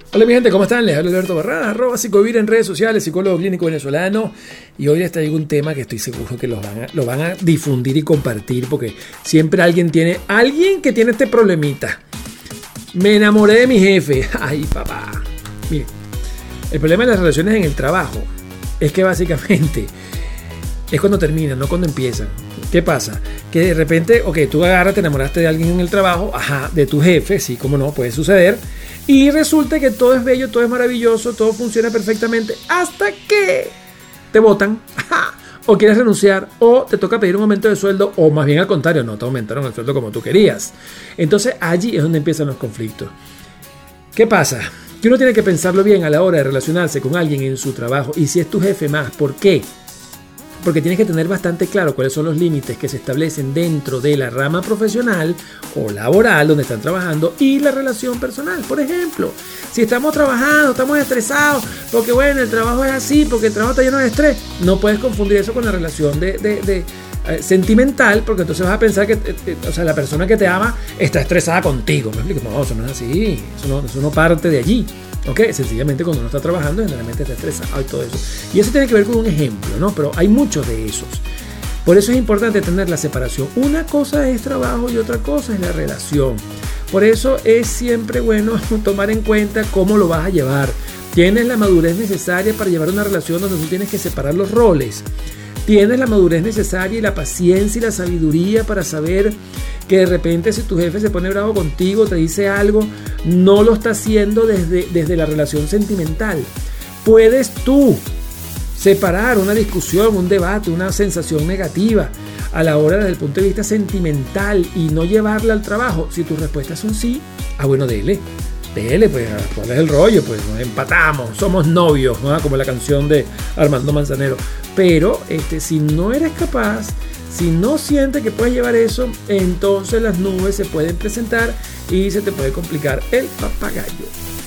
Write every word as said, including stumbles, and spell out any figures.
Hola mi gente, ¿cómo están? Les habla Alberto Barradas, arroba psicovir en redes sociales, psicólogo clínico venezolano. Y hoy les traigo un tema que estoy seguro que lo van, a, lo van a difundir y compartir, porque siempre alguien tiene, alguien que tiene este problemita. Me enamoré de mi jefe. Ay, papá. Miren, el problema de las relaciones en el trabajo es que básicamente es cuando terminan, no cuando empiezan. ¿Qué pasa? Que de repente, ok, tú agarras, te enamoraste de alguien en el trabajo, ajá, de tu jefe, sí, cómo no, puede suceder. Y resulta que todo es bello, todo es maravilloso, todo funciona perfectamente hasta que te botan, ajá, o quieres renunciar, o te toca pedir un aumento de sueldo, o más bien al contrario, no te aumentaron el sueldo como tú querías. Entonces allí es donde empiezan los conflictos. ¿Qué pasa? Que uno tiene que pensarlo bien a la hora de relacionarse con alguien en su trabajo, y si es tu jefe más, ¿por qué? Porque tienes que tener bastante claro cuáles son los límites que se establecen dentro de la rama profesional o laboral donde están trabajando y la relación personal. Por ejemplo, si estamos trabajando, estamos estresados, porque bueno, el trabajo es así, porque el trabajo está lleno de estrés, no puedes confundir eso con la relación de, de, de eh, sentimental, porque entonces vas a pensar que eh, eh, o sea, la persona que te ama está estresada contigo. ¿Me explico? No, eso no es así, eso no, eso no parte de allí. Ok, sencillamente cuando uno está trabajando generalmente está estresado y todo eso. Y eso tiene que ver con un ejemplo, ¿no? Pero hay muchos de esos. Por eso es importante tener la separación. Una cosa es trabajo y otra cosa es la relación. Por eso es siempre bueno tomar en cuenta cómo lo vas a llevar. Tienes la madurez necesaria para llevar una relación donde tú tienes que separar los roles. Tienes la madurez necesaria y la paciencia y la sabiduría para saber que de repente si tu jefe se pone bravo contigo, te dice algo, no lo está haciendo desde, desde la relación sentimental. Puedes tú separar una discusión, un debate, una sensación negativa a la hora desde el punto de vista sentimental y no llevarla al trabajo. Si tus respuestas son sí, ah bueno, dele. Dele, pues, ¿cuál es el rollo? Pues nos empatamos, somos novios, ¿no? Como la canción de Armando Manzanero. Pero este, si no eres capaz, si no sientes que puedes llevar eso, entonces las nubes se pueden presentar y se te puede complicar el papagayo.